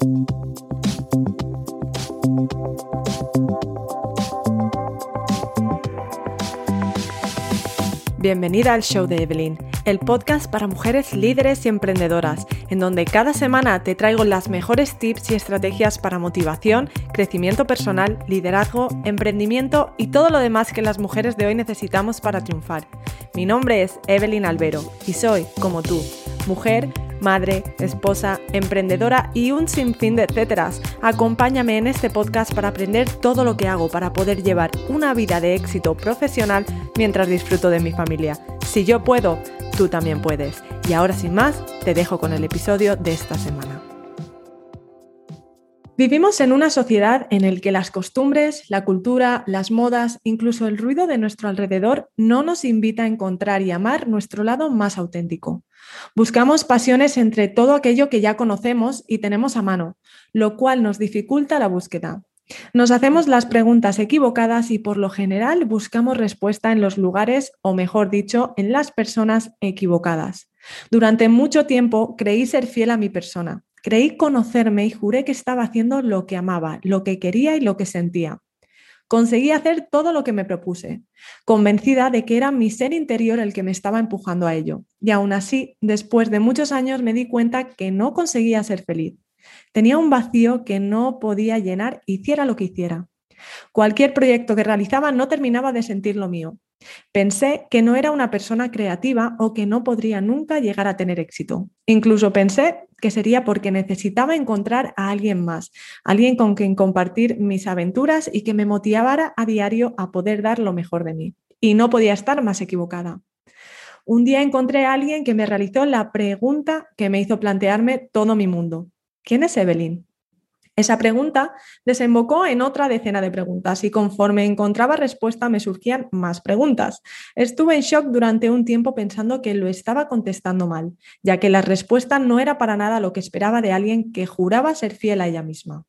Bienvenida al Show de Evelyn, el podcast para mujeres líderes y emprendedoras, en donde cada semana te traigo las mejores tips y estrategias para motivación, crecimiento personal, liderazgo, emprendimiento y todo lo demás que las mujeres de hoy necesitamos para triunfar. Mi nombre es Evelyn Albero y soy, como tú, mujer, madre, esposa, emprendedora y un sinfín de etcéteras. Acompáñame en este podcast para aprender todo lo que hago para poder llevar una vida de éxito profesional mientras disfruto de mi familia. Si yo puedo, tú también puedes. Y ahora sin más, te dejo con el episodio de esta semana. Vivimos en una sociedad en la que las costumbres, la cultura, las modas, incluso el ruido de nuestro alrededor no nos invita a encontrar y amar nuestro lado más auténtico. Buscamos pasiones entre todo aquello que ya conocemos y tenemos a mano, lo cual nos dificulta la búsqueda. Nos hacemos las preguntas equivocadas y por lo general buscamos respuesta en los lugares, o mejor dicho, en las personas equivocadas. Durante mucho tiempo creí ser fiel a mi persona. Creí conocerme y juré que estaba haciendo lo que amaba, lo que quería y lo que sentía. Conseguí hacer todo lo que me propuse, convencida de que era mi ser interior el que me estaba empujando a ello. Y aún así, después de muchos años me di cuenta que no conseguía ser feliz. Tenía un vacío que no podía llenar, hiciera lo que hiciera. Cualquier proyecto que realizaba no terminaba de sentir lo mío. Pensé que no era una persona creativa o que no podría nunca llegar a tener éxito. Incluso pensé que sería porque necesitaba encontrar a alguien más, alguien con quien compartir mis aventuras y que me motivara a diario a poder dar lo mejor de mí. Y no podía estar más equivocada. Un día encontré a alguien que me realizó la pregunta que me hizo plantearme todo mi mundo. ¿Quién es Evelyn? Esa pregunta desembocó en otra decena de preguntas y conforme encontraba respuesta me surgían más preguntas. Estuve en shock durante un tiempo pensando que lo estaba contestando mal, ya que la respuesta no era para nada lo que esperaba de alguien que juraba ser fiel a ella misma.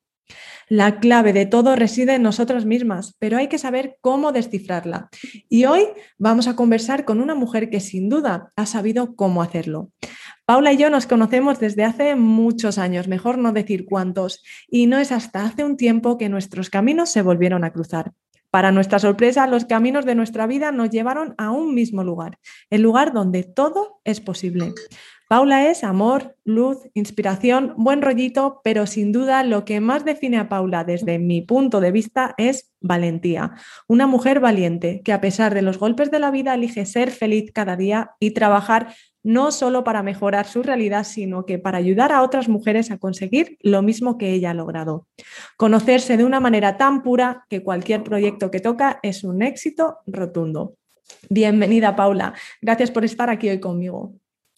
La clave de todo reside en nosotras mismas, pero hay que saber cómo descifrarla. Y hoy vamos a conversar con una mujer que sin duda ha sabido cómo hacerlo. Paula y yo nos conocemos desde hace muchos años, mejor no decir cuántos, y no es hasta hace un tiempo que nuestros caminos se volvieron a cruzar. Para nuestra sorpresa, los caminos de nuestra vida nos llevaron a un mismo lugar, el lugar donde todo es posible. Paula es amor, luz, inspiración, buen rollito, pero sin duda lo que más define a Paula desde mi punto de vista es valentía. Una mujer valiente que a pesar de los golpes de la vida elige ser feliz cada día y trabajar no solo para mejorar su realidad, sino que para ayudar a otras mujeres a conseguir lo mismo que ella ha logrado. Conocerse de una manera tan pura que cualquier proyecto que toca es un éxito rotundo. Bienvenida, Paula. Gracias por estar aquí hoy conmigo.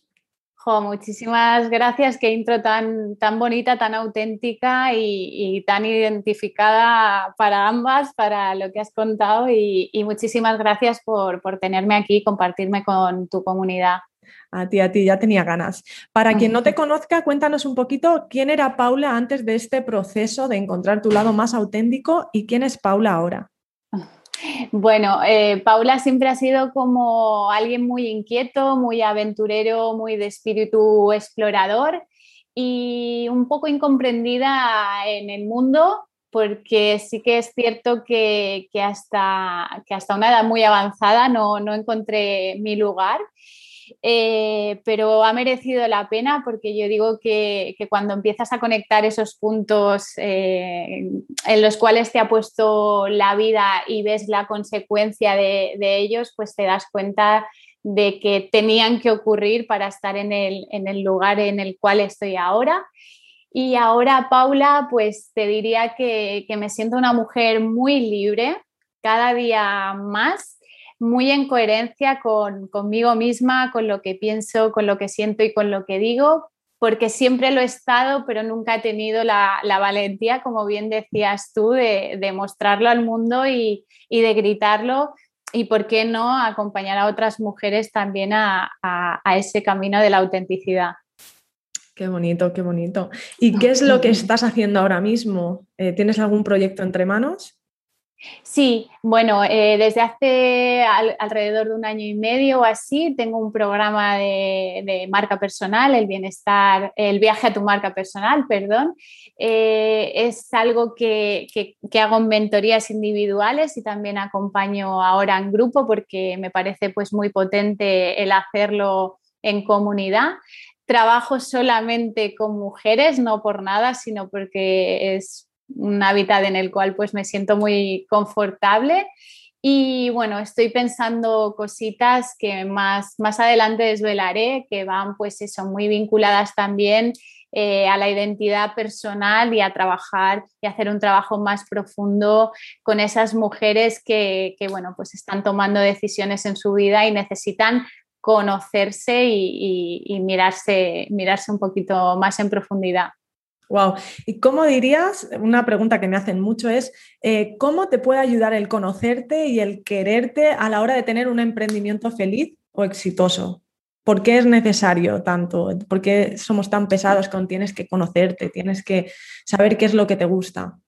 Muchísimas gracias, qué intro tan bonita, tan auténtica y tan identificada para ambas, para lo que has contado y muchísimas gracias por tenerme aquí y compartirme con tu comunidad. A ti, ya tenía ganas. Para quien no te conozca, cuéntanos un poquito quién era Paula antes de este proceso de encontrar tu lado más auténtico y quién es Paula ahora. Bueno, Paula siempre ha sido como alguien muy inquieto, muy aventurero, muy de espíritu explorador y un poco incomprendida en el mundo, porque sí que es cierto que hasta una edad muy avanzada no encontré mi lugar. Pero ha merecido la pena porque yo digo que cuando empiezas a conectar esos puntos en los cuales te ha puesto la vida y ves la consecuencia de ellos, pues te das cuenta de que tenían que ocurrir para estar en el lugar en el cual estoy ahora. Y ahora, Paula, pues te diría que me siento una mujer muy libre, cada día más, muy en coherencia conmigo misma, con lo que pienso, con lo que siento y con lo que digo, porque siempre lo he estado, pero nunca he tenido la valentía, como bien decías tú, de mostrarlo al mundo y de gritarlo y, ¿por qué no?, acompañar a otras mujeres también a ese camino de la autenticidad. Qué bonito, qué bonito. ¿Y qué es lo que estás haciendo ahora mismo? ¿Tienes algún proyecto entre manos? Sí, bueno, desde hace alrededor de un año y medio o así tengo un programa de marca personal, el bienestar, el viaje a tu marca personal, perdón. Es algo que hago en mentorías individuales y también acompaño ahora en grupo porque me parece pues muy potente el hacerlo en comunidad. Trabajo solamente con mujeres, no por nada, sino porque es un hábitat en el cual pues me siento muy confortable y bueno, estoy pensando cositas que más adelante desvelaré, que van pues eso, muy vinculadas también a la identidad personal y a trabajar y hacer un trabajo más profundo con esas mujeres que bueno, pues están tomando decisiones en su vida y necesitan conocerse y mirarse un poquito más en profundidad. Wow. ¿Y cómo dirías, una pregunta que me hacen mucho es, ¿cómo te puede ayudar el conocerte y el quererte a la hora de tener un emprendimiento feliz o exitoso? ¿Por qué es necesario tanto? ¿Por qué somos tan pesados con tienes que conocerte, tienes que saber qué es lo que te gusta?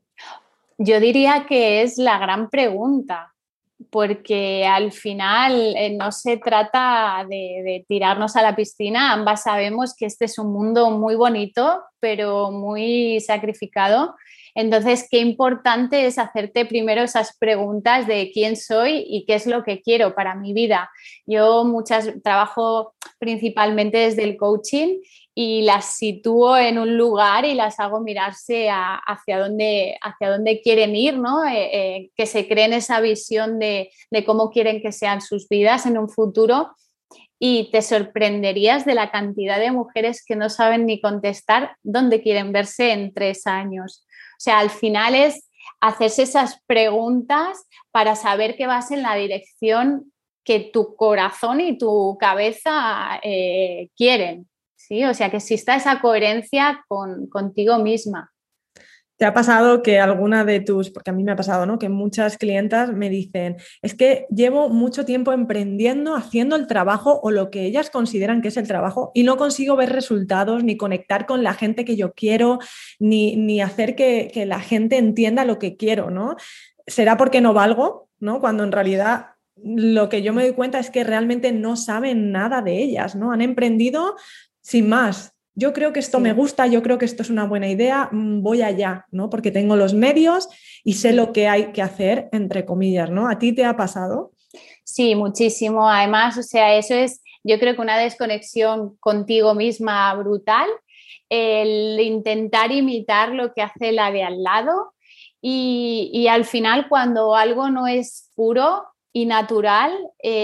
Yo diría que es la gran pregunta, porque al final no se trata de tirarnos a la piscina, ambas sabemos que este es un mundo muy bonito, pero muy sacrificado. Entonces, qué importante es hacerte primero esas preguntas de quién soy y qué es lo que quiero para mi vida. Yo trabajo principalmente desde el coaching y las sitúo en un lugar y las hago mirarse hacia dónde quieren ir, ¿no? Que se creen esa visión de cómo quieren que sean sus vidas en un futuro y te sorprenderías de la cantidad de mujeres que no saben ni contestar dónde quieren verse en 3 años. O sea, al final es hacerse esas preguntas para saber que vas en la dirección que tu corazón y tu cabeza quieren. ¿Sí? O sea, que exista esa coherencia contigo misma. ¿Te ha pasado que alguna de tus, porque a mí me ha pasado, ¿no? Que muchas clientas me dicen, es que llevo mucho tiempo emprendiendo, haciendo el trabajo o lo que ellas consideran que es el trabajo y no consigo ver resultados ni conectar con la gente que yo quiero, ni hacer que la gente entienda lo que quiero, ¿no? ¿Será porque no valgo, ¿no? Cuando en realidad lo que yo me doy cuenta es que realmente no saben nada de ellas, ¿no? Han emprendido sin más. Yo creo que esto me Sí. gusta, yo creo que esto es una buena idea, voy allá, ¿no? Porque tengo los medios y sé lo que hay que hacer, entre comillas, ¿no? ¿A ti te ha pasado? Sí, muchísimo. Además, o sea, eso es, yo creo que una desconexión contigo misma brutal, el intentar imitar lo que hace la de al lado y al final cuando algo no es puro y natural,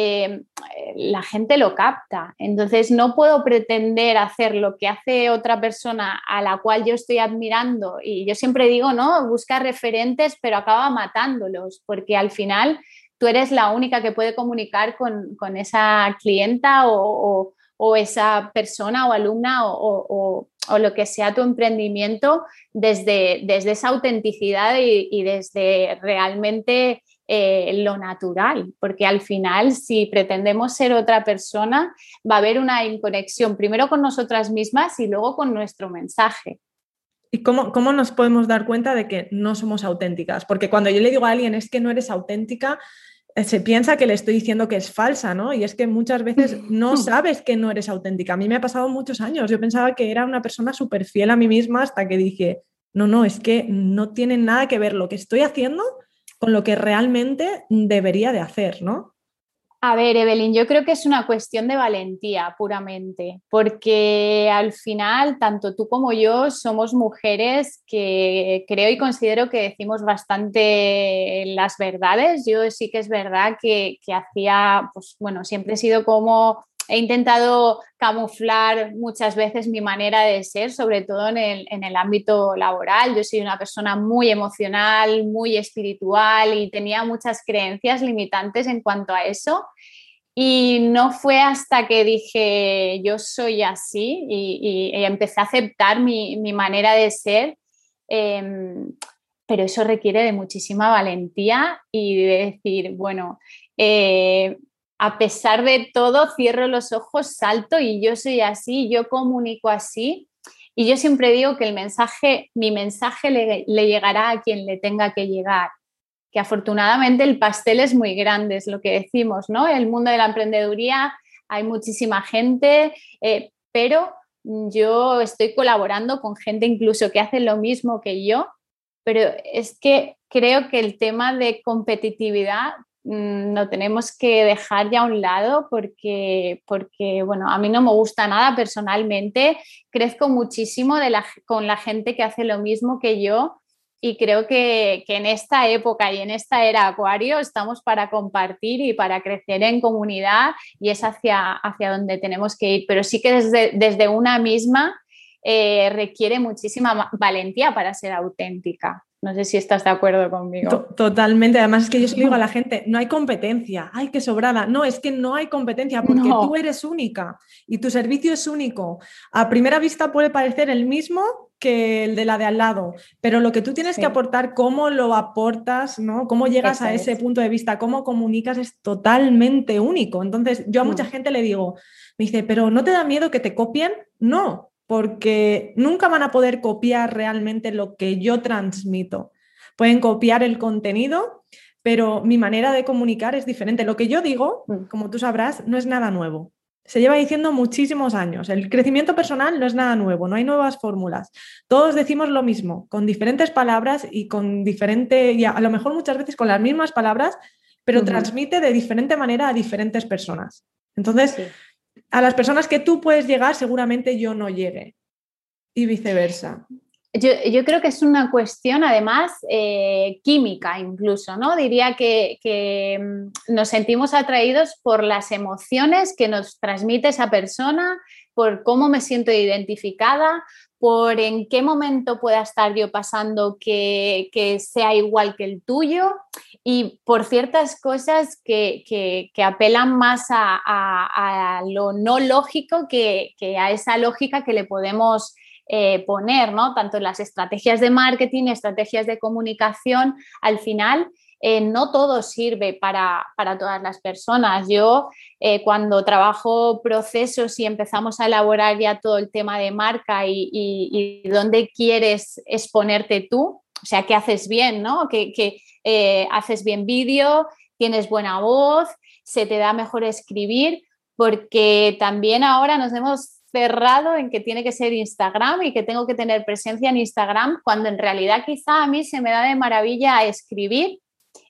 la gente lo capta. Entonces, no puedo pretender hacer lo que hace otra persona a la cual yo estoy admirando y yo siempre digo, ¿no? Busca referentes, pero acaba matándolos, porque al final tú eres la única que puede comunicar con esa clienta o esa persona o alumna o lo que sea tu emprendimiento desde esa autenticidad y desde realmente lo natural, porque al final si pretendemos ser otra persona va a haber una inconexión primero con nosotras mismas y luego con nuestro mensaje. ¿Y cómo nos podemos dar cuenta de que no somos auténticas? Porque cuando yo le digo a alguien es que no eres auténtica, se piensa que le estoy diciendo que es falsa, ¿no? Y es que muchas veces no sabes que no eres auténtica. A mí me ha pasado muchos años. Yo pensaba que era una persona súper fiel a mí misma hasta que dije, no, es que no tiene nada que ver lo que estoy haciendo con lo que realmente debería de hacer, ¿no? A ver, Evelyn, yo creo que es una cuestión de valentía puramente, porque al final, tanto tú como yo somos mujeres que creo y considero que decimos bastante las verdades. Yo sí que es verdad que hacía, pues bueno, siempre he sido como he intentado camuflar muchas veces mi manera de ser, sobre todo en el ámbito laboral. Yo soy una persona muy emocional, muy espiritual y tenía muchas creencias limitantes en cuanto a eso. Y no fue hasta que dije yo soy así y empecé a aceptar mi manera de ser, eh, pero eso requiere de muchísima valentía y de decir, bueno, eh, a pesar de todo, cierro los ojos, salto y yo soy así, yo comunico así. Y yo siempre digo que mi mensaje le llegará a quien le tenga que llegar. que afortunadamente el pastel es muy grande, es lo que decimos, ¿no? El mundo de la emprendeduría hay muchísima gente, pero yo estoy colaborando con gente incluso que hace lo mismo que yo, pero es que creo que el tema de competitividad lo tenemos que dejar ya a un lado porque, bueno, a mí no me gusta nada personalmente, crezco muchísimo con la gente que hace lo mismo que yo y creo que en esta época y en esta era Acuario estamos para compartir y para crecer en comunidad y es hacia donde tenemos que ir, pero sí que desde una misma requiere muchísima valentía para ser auténtica. No sé si estás de acuerdo conmigo. Totalmente. Además es que yo se lo digo a la gente, no hay competencia. ¡Ay, qué sobrada! No, es que no hay competencia porque tú eres única y tu servicio es único. A primera vista puede parecer el mismo que el de la de al lado, pero lo que tú tienes que aportar, cómo lo aportas, ¿no? Cómo llegas a ese punto de vista, cómo comunicas es totalmente único. Entonces yo a mucha gente le digo, me dice, ¿pero no te da miedo que te copien? No, porque nunca van a poder copiar realmente lo que yo transmito. Pueden copiar el contenido, pero mi manera de comunicar es diferente. Lo que yo digo, como tú sabrás, no es nada nuevo. Se lleva diciendo muchísimos años. El crecimiento personal no es nada nuevo, no hay nuevas fórmulas. Todos decimos lo mismo, con diferentes palabras y y a lo mejor muchas veces con las mismas palabras, pero transmite de diferente manera a diferentes personas. Entonces, a las personas que tú puedes llegar, seguramente yo no llegue y viceversa. Yo creo que es una cuestión, además, química incluso, ¿no? Diría que nos sentimos atraídos por las emociones que nos transmite esa persona, por cómo me siento identificada, por en qué momento pueda estar yo pasando que sea igual que el tuyo y por ciertas cosas que apelan más a lo no lógico que a esa lógica que le podemos poner, ¿no? Tanto en las estrategias de marketing, estrategias de comunicación, al final no todo sirve para todas las personas. Yo cuando trabajo procesos y empezamos a elaborar ya todo el tema de marca y dónde quieres exponerte tú, o sea, qué haces bien, ¿no? Que haces bien vídeo, tienes buena voz, se te da mejor escribir, porque también ahora nos hemos cerrado en que tiene que ser Instagram y que tengo que tener presencia en Instagram, cuando en realidad quizá a mí se me da de maravilla escribir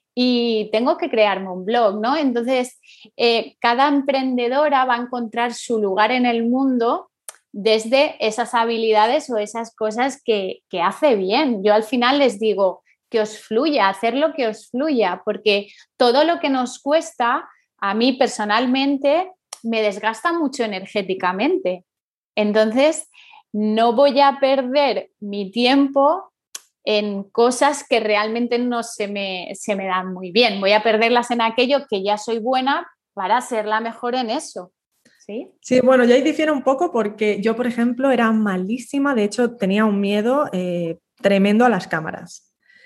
y tengo que crearme un blog, ¿no? Entonces, cada emprendedora va a encontrar su lugar en el mundo desde esas habilidades o esas cosas que hace bien. Yo al final les digo que os fluya, hacer lo que os fluya, porque todo lo que nos cuesta, a mí personalmente, me desgasta mucho energéticamente. Entonces, no voy a perder mi tiempo en cosas que realmente no se me dan muy bien. Voy a perderlas en aquello que ya soy buena para ser la mejor en eso. ¿Sí? Sí, bueno, yo ahí difiero un poco porque yo, por ejemplo, era malísima, de hecho tenía un miedo tremendo a las cámaras.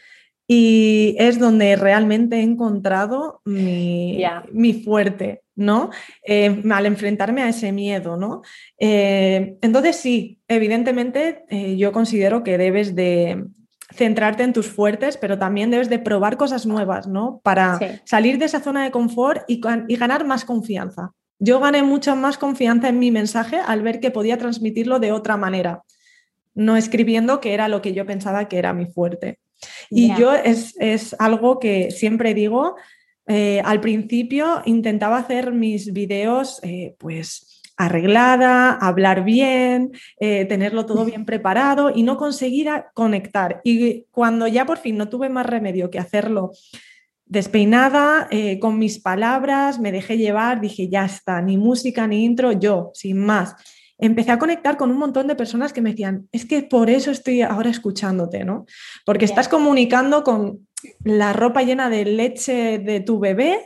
Y es donde realmente he encontrado mi fuerte, ¿no? Al enfrentarme a ese miedo, ¿no? Entonces sí, evidentemente yo considero que debes de centrarte en tus fuertes, pero también debes de probar cosas nuevas, ¿no? Para salir de esa zona de confort y ganar más confianza. Yo gané mucha más confianza en mi mensaje al ver que podía transmitirlo de otra manera, no escribiendo, que era lo que yo pensaba que era mi fuerte. Y yo es algo que siempre digo, al principio intentaba hacer mis videos pues arreglada, hablar bien, tenerlo todo bien preparado y no conseguir conectar. Y cuando ya por fin no tuve más remedio que hacerlo despeinada, con mis palabras, me dejé llevar, dije ya está, ni música ni intro, yo, sin más. Empecé a conectar con un montón de personas que me decían, es que por eso estoy ahora escuchándote, ¿no? Porque estás comunicando con la ropa llena de leche de tu bebé,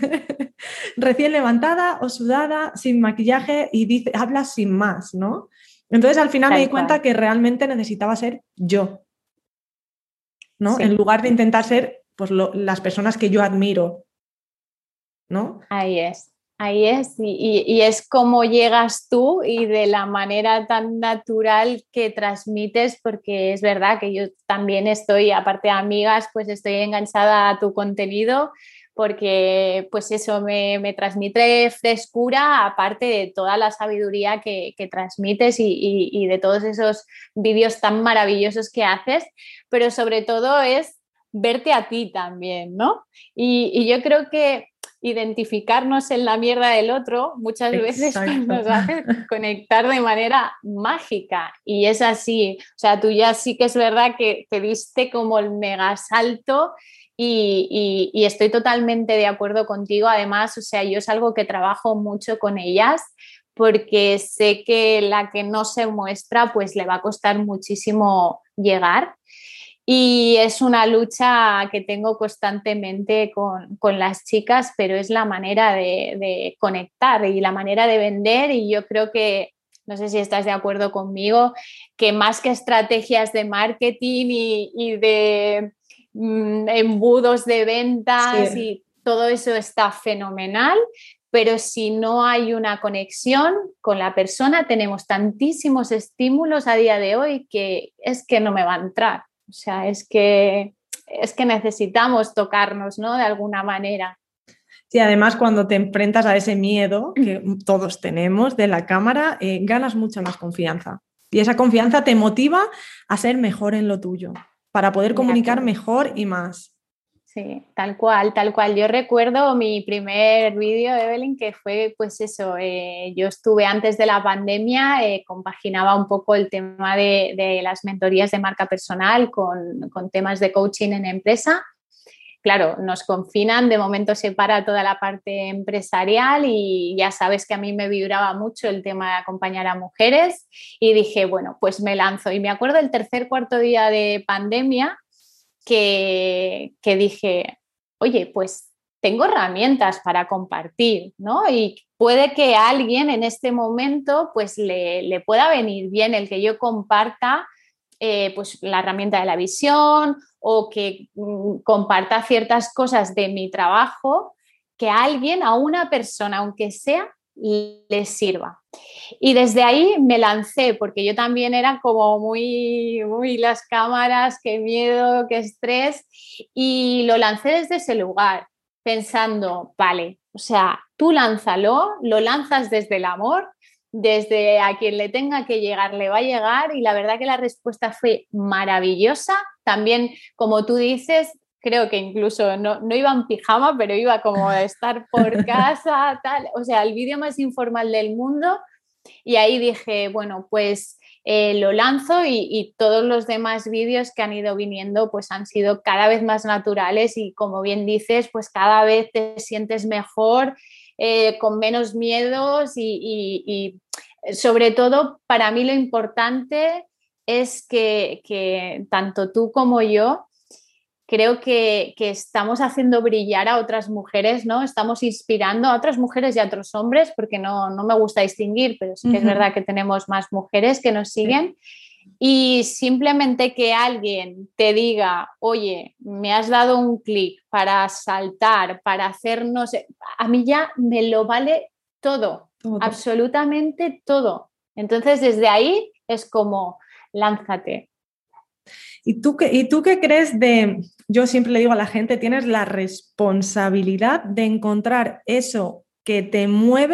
recién levantada o sudada, sin maquillaje y hablas sin más, ¿no? Entonces al final me di cuenta que realmente necesitaba ser yo, ¿no? En lugar de intentar ser pues las personas que yo admiro, ¿no? Ahí es. Ahí es, y es como llegas tú y de la manera tan natural que transmites, porque es verdad que yo también estoy, aparte de amigas, pues estoy enganchada a tu contenido, porque pues eso me transmite frescura, aparte de toda la sabiduría que transmites y de todos esos vídeos tan maravillosos que haces, pero sobre todo es verte a ti también, ¿no? Y yo creo que identificarnos en la mierda del otro muchas veces pues, nos hace conectar de manera mágica y es así, o sea, tú ya sí que es verdad que te diste como el mega salto y estoy totalmente de acuerdo contigo, además, o sea, yo es algo que trabajo mucho con ellas porque sé que la que no se muestra pues le va a costar muchísimo llegar. Y es una lucha que tengo constantemente con las chicas, pero es la manera de conectar y la manera de vender. Y yo creo que, no sé si estás de acuerdo conmigo, que más que estrategias de marketing y de embudos de ventas y todo eso está fenomenal, pero si no hay una conexión con la persona, tenemos tantísimos estímulos a día de hoy que es que no me va a entrar. O sea, es que necesitamos tocarnos, ¿no? De alguna manera. Sí, además cuando te enfrentas a ese miedo que todos tenemos de la cámara, ganas mucha más confianza. Y esa confianza te motiva a ser mejor en lo tuyo, para poder comunicar mejor y más. Sí, tal cual, tal cual. Yo recuerdo mi primer vídeo, Evelyn, que fue pues eso, yo estuve antes de la pandemia, compaginaba un poco el tema de las mentorías de marca personal con temas de coaching en empresa. Claro, nos confinan, de momento se para toda la parte empresarial y ya sabes que a mí me vibraba mucho el tema de acompañar a mujeres y dije, bueno, pues me lanzo. Y me acuerdo el tercer, cuarto día de pandemia que dije, oye, pues tengo herramientas para compartir, ¿no? Y puede que a alguien en este momento pues le pueda venir bien el que yo comparta pues la herramienta de la visión o que comparta ciertas cosas de mi trabajo que a alguien, a una persona, aunque sea, le sirva. Y desde ahí me lancé, porque yo también era como muy las cámaras, qué miedo, qué estrés, y lo lancé desde ese lugar, pensando, vale, o sea, tú lánzalo, lo lanzas desde el amor, desde a quien le tenga que llegar, le va a llegar, y la verdad que la respuesta fue maravillosa. También, como tú dices, creo que incluso no iba en pijama, pero iba como a estar por casa, tal, o sea, el vídeo más informal del mundo. Y ahí dije, bueno, pues lo lanzo y todos los demás vídeos que han ido viniendo pues han sido cada vez más naturales y como bien dices, pues cada vez te sientes mejor, con menos miedos y sobre todo para mí lo importante es que tanto tú como yo creo que estamos haciendo brillar a otras mujeres, ¿no? Estamos inspirando a otras mujeres y a otros hombres, porque no me gusta distinguir, pero sí que es verdad que tenemos más mujeres que nos siguen. Y simplemente que alguien te diga, oye, me has dado un clic para saltar, para hacer no sé, a mí ya me lo vale todo, absolutamente todo. Entonces, desde ahí es como, lánzate. ¿Y tú qué crees de, yo siempre le digo a la gente, tienes la responsabilidad de encontrar eso que te mueve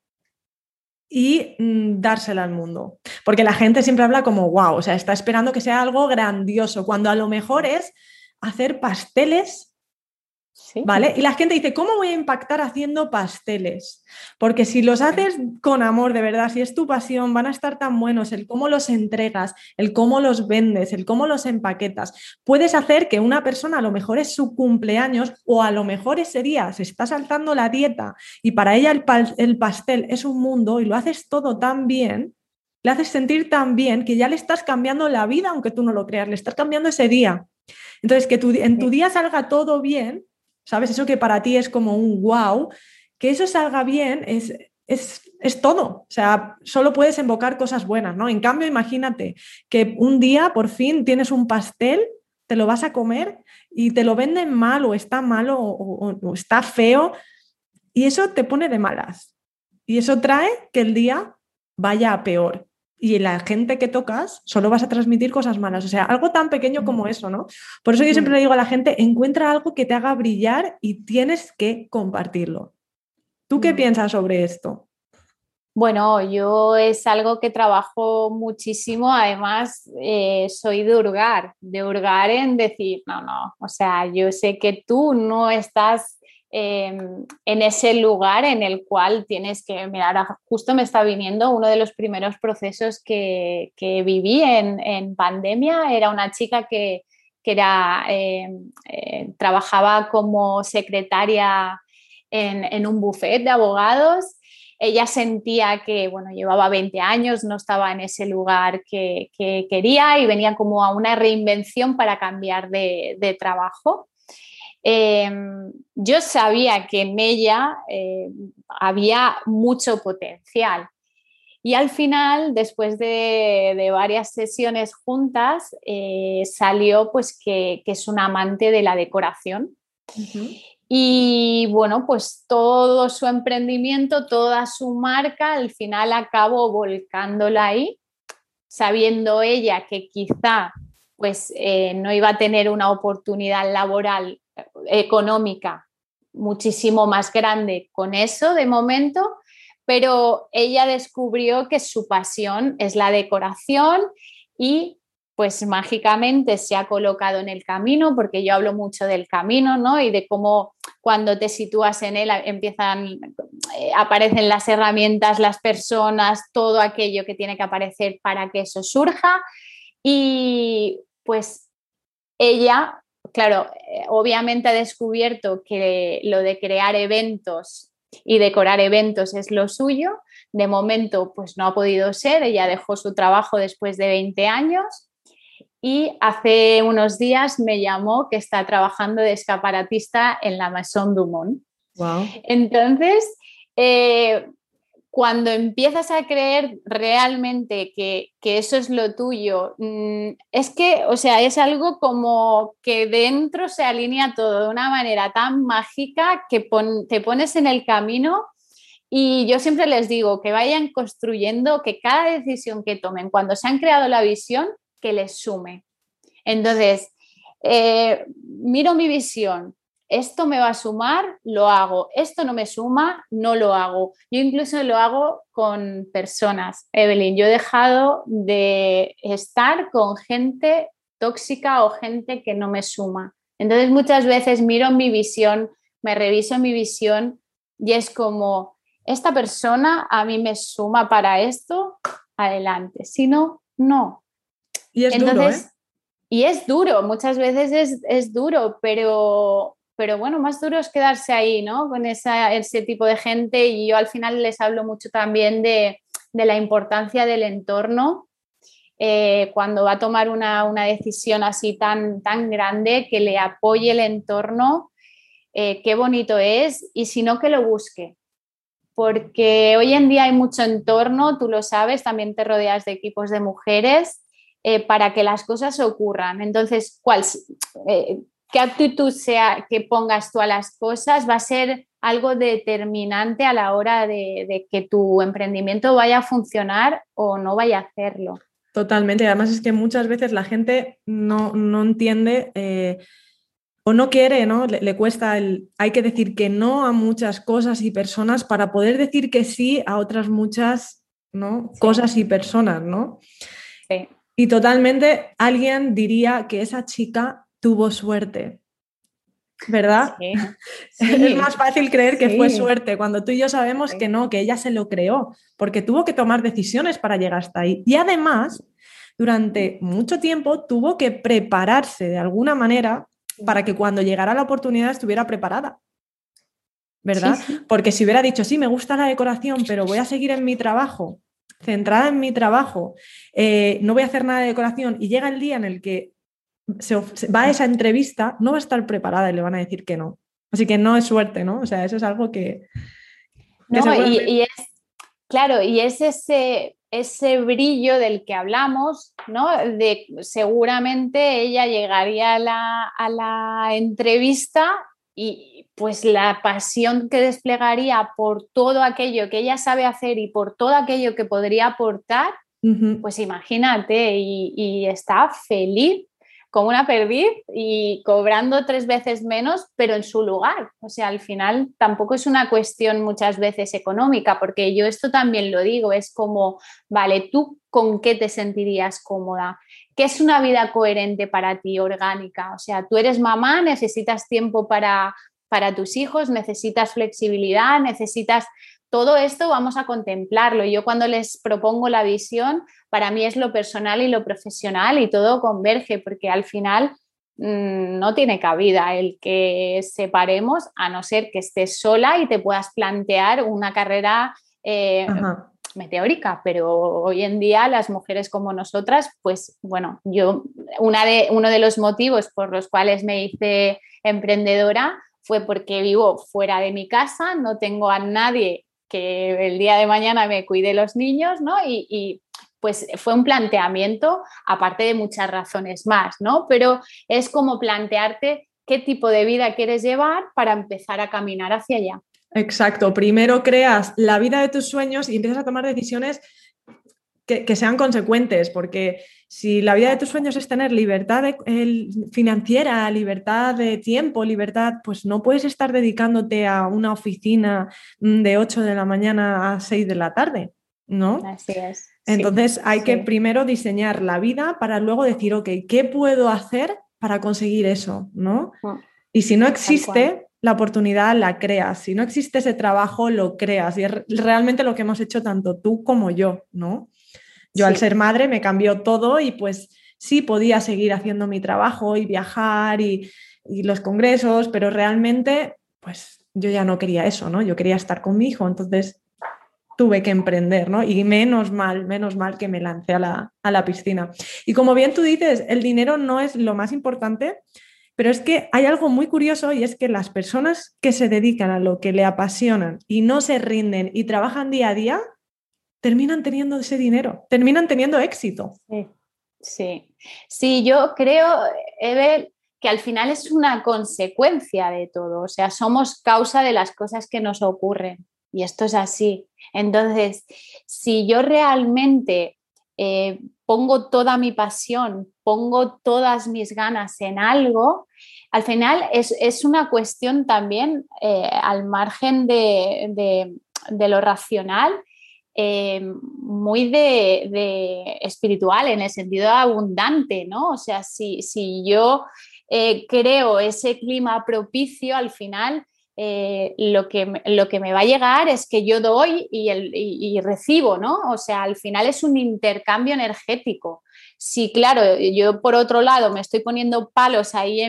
y dársela al mundo? Porque la gente siempre habla como, wow, o sea, está esperando que sea algo grandioso, cuando a lo mejor es hacer pasteles. Sí. ¿Vale? Y la gente dice, ¿cómo voy a impactar haciendo pasteles? Porque si los haces con amor, de verdad, si es tu pasión, van a estar tan buenos, el cómo los entregas, el cómo los vendes, el cómo los empaquetas. Puedes hacer que una persona, a lo mejor es su cumpleaños o a lo mejor ese día se está saltando la dieta y para ella el pastel es un mundo y lo haces todo tan bien, le haces sentir tan bien que ya le estás cambiando la vida, aunque tú no lo creas, le estás cambiando ese día. Entonces, que en tu día salga todo bien, ¿sabes? Eso que para ti es como un wow, que eso salga bien es todo. O sea, solo puedes invocar cosas buenas, ¿no? En cambio, imagínate que un día por fin tienes un pastel, te lo vas a comer y te lo venden mal o está malo o está feo y eso te pone de malas. Y eso trae que el día vaya a peor. Y la gente que tocas solo vas a transmitir cosas malas. O sea, algo tan pequeño como eso, ¿no? Por eso yo siempre le digo a la gente, encuentra algo que te haga brillar y tienes que compartirlo. ¿Tú qué piensas sobre esto? Bueno, yo es algo que trabajo muchísimo, además soy de hurgar en decir, no, o sea, yo sé que tú no estás en ese lugar en el cual tienes que, mira, ahora justo me está viniendo uno de los primeros procesos que viví en pandemia, era una chica que era, trabajaba como secretaria en un bufet de abogados. Ella sentía que, bueno, llevaba 20 años, no estaba en ese lugar que quería y venía como a una reinvención para cambiar de trabajo. Yo sabía que en ella había mucho potencial y al final, después de varias sesiones juntas, salió pues que es una amante de la decoración. Uh-huh. Y bueno, pues todo su emprendimiento, toda su marca, al final acabó volcándola ahí, sabiendo ella que quizá pues no iba a tener una oportunidad laboral económica muchísimo más grande con eso de momento, pero ella descubrió que su pasión es la decoración y pues mágicamente se ha colocado en el camino, porque yo hablo mucho del camino, ¿no? Y de cómo cuando te sitúas en él aparecen las herramientas, las personas, todo aquello que tiene que aparecer para que eso surja. Y pues ella, claro, obviamente ha descubierto que lo de crear eventos y decorar eventos es lo suyo. De momento, pues no ha podido ser. Ella dejó su trabajo después de 20 años y hace unos días me llamó que está trabajando de escaparatista en la Maison Dumont. Wow. Entonces, cuando empiezas a creer realmente que eso es lo tuyo, es que, o sea, es algo como que dentro se alinea todo de una manera tan mágica que te pones en el camino. Y yo siempre les digo que vayan construyendo, que cada decisión que tomen cuando se han creado la visión, que les sume. Entonces, miro mi visión, esto me va a sumar, lo hago, esto no me suma, no lo hago. Yo incluso lo hago con personas, Evelyn, yo he dejado de estar con gente tóxica o gente que no me suma. Entonces muchas veces miro mi visión, me reviso mi visión y es como, esta persona a mí me suma para esto, adelante, si no, no. Y es duro, ¿eh? Y es duro, muchas veces es duro, pero bueno, más duro es quedarse ahí, ¿no? Con ese tipo de gente, y yo al final les hablo mucho también de la importancia del entorno. Cuando va a tomar una decisión así tan grande, que le apoye el entorno, qué bonito es, y si no, que lo busque. Porque hoy en día hay mucho entorno, tú lo sabes, también te rodeas de equipos de mujeres para que las cosas ocurran. Entonces, qué actitud sea que pongas tú a las cosas va a ser algo determinante a la hora de que tu emprendimiento vaya a funcionar o no vaya a hacerlo. Totalmente. Además es que muchas veces la gente no entiende o no quiere, ¿no? Le cuesta hay que decir que no a muchas cosas y personas para poder decir que sí a otras muchas, ¿no? Sí. Cosas y personas, ¿no? Sí. Y totalmente alguien diría que esa chica tuvo suerte, ¿verdad? Sí, sí. Es más fácil creer que fue suerte, cuando tú y yo sabemos que no, que ella se lo creó, porque tuvo que tomar decisiones para llegar hasta ahí. Y además, durante mucho tiempo tuvo que prepararse de alguna manera para que cuando llegara la oportunidad estuviera preparada, ¿verdad? Sí. Porque si hubiera dicho, sí, me gusta la decoración, pero voy a seguir en mi trabajo, centrada en mi trabajo, no voy a hacer nada de decoración, y llega el día en el que va a esa entrevista, no va a estar preparada y le van a decir que no. Así que no es suerte, ¿no? O sea, eso es algo que no, seguramente... y es, claro, y es ese brillo del que hablamos, ¿no? De seguramente ella llegaría a la entrevista y pues la pasión que desplegaría por todo aquello que ella sabe hacer y por todo aquello que podría aportar, pues imagínate, y está feliz como una perdiz y cobrando 3 veces menos, pero en su lugar. O sea, al final tampoco es una cuestión muchas veces económica, porque yo esto también lo digo, es como, vale, ¿tú con qué te sentirías cómoda? ¿Qué es una vida coherente para ti, orgánica? O sea, tú eres mamá, necesitas tiempo para tus hijos, necesitas flexibilidad, necesitas... Todo esto vamos a contemplarlo. Yo cuando les propongo la visión, para mí es lo personal y lo profesional y todo converge, porque al final no tiene cabida el que separemos, a no ser que estés sola y te puedas plantear una carrera meteórica, pero hoy en día las mujeres como nosotras, pues bueno, uno de los motivos por los cuales me hice emprendedora fue porque vivo fuera de mi casa, no tengo a nadie que el día de mañana me cuide los niños, ¿no? Y pues fue un planteamiento, aparte de muchas razones más, ¿no? Pero es como plantearte qué tipo de vida quieres llevar para empezar a caminar hacia allá. Exacto, primero creas la vida de tus sueños y empiezas a tomar decisiones que sean consecuentes, porque si la vida de tus sueños es tener libertad financiera, libertad de tiempo, libertad, pues no puedes estar dedicándote a una oficina de 8 de la mañana a 6 de la tarde, ¿no? Así es. Entonces hay que primero diseñar la vida para luego decir, ok, ¿qué puedo hacer para conseguir eso, ¿no? Y si no existe la oportunidad, la creas. Si no existe ese trabajo, lo creas. Y es realmente lo que hemos hecho tanto tú como yo, ¿no? Yo al ser madre me cambió todo y pues sí podía seguir haciendo mi trabajo y viajar y los congresos, pero realmente pues yo ya no quería eso, ¿no? Yo quería estar con mi hijo, entonces tuve que emprender, ¿no? Y menos mal que me lancé a la piscina. Y como bien tú dices, el dinero no es lo más importante, pero es que hay algo muy curioso y es que las personas que se dedican a lo que le apasionan y no se rinden y trabajan día a día, terminan teniendo ese dinero, terminan teniendo éxito. Sí, yo creo, Eve, que al final es una consecuencia de todo, o sea, somos causa de las cosas que nos ocurren y esto es así. Entonces, si yo realmente pongo toda mi pasión, pongo todas mis ganas en algo, al final es una cuestión también al margen de lo racional, muy de espiritual, en el sentido abundante, ¿no? O sea, si yo creo ese clima propicio, al final lo que me va a llegar es que yo doy y recibo, ¿no? O sea, al final es un intercambio energético. Sí, claro, yo por otro lado me estoy poniendo palos ahí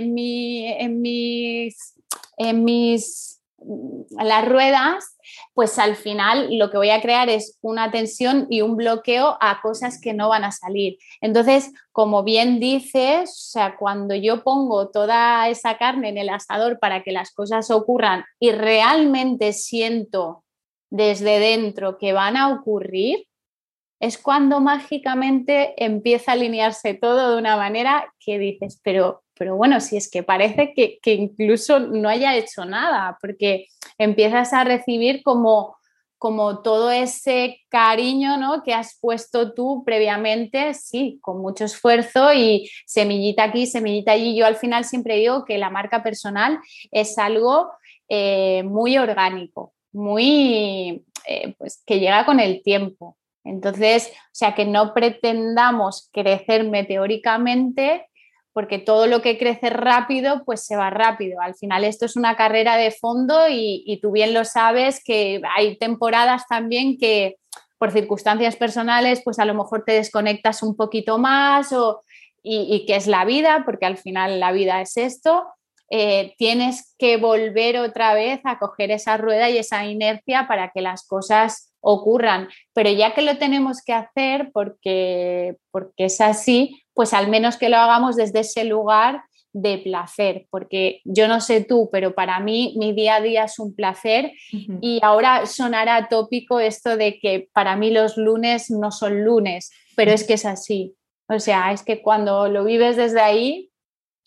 en las ruedas, pues al final lo que voy a crear es una tensión y un bloqueo a cosas que no van a salir. Entonces, como bien dices, o sea, cuando yo pongo toda esa carne en el asador para que las cosas ocurran y realmente siento desde dentro que van a ocurrir, es cuando mágicamente empieza a alinearse todo de una manera que dices, pero bueno, si es que parece que incluso no haya hecho nada, porque empiezas a recibir como todo ese cariño, ¿no?, que has puesto tú previamente, sí, con mucho esfuerzo y semillita aquí, semillita allí. Yo al final siempre digo que la marca personal es algo muy orgánico, muy pues que llega con el tiempo. Entonces, o sea, que no pretendamos crecer meteóricamente, porque todo lo que crece rápido, pues se va rápido. Al final esto es una carrera de fondo y tú bien lo sabes que hay temporadas también que por circunstancias personales, pues a lo mejor te desconectas un poquito más y que es la vida, porque al final la vida es esto. Tienes que volver otra vez a coger esa rueda y esa inercia para que las cosas ocurran, pero ya que lo tenemos que hacer porque es así, pues al menos que lo hagamos desde ese lugar de placer, porque yo no sé tú, pero para mí mi día a día es un placer. Y ahora sonará tópico esto de que para mí los lunes no son lunes, pero es que es así, o sea, es que cuando lo vives desde ahí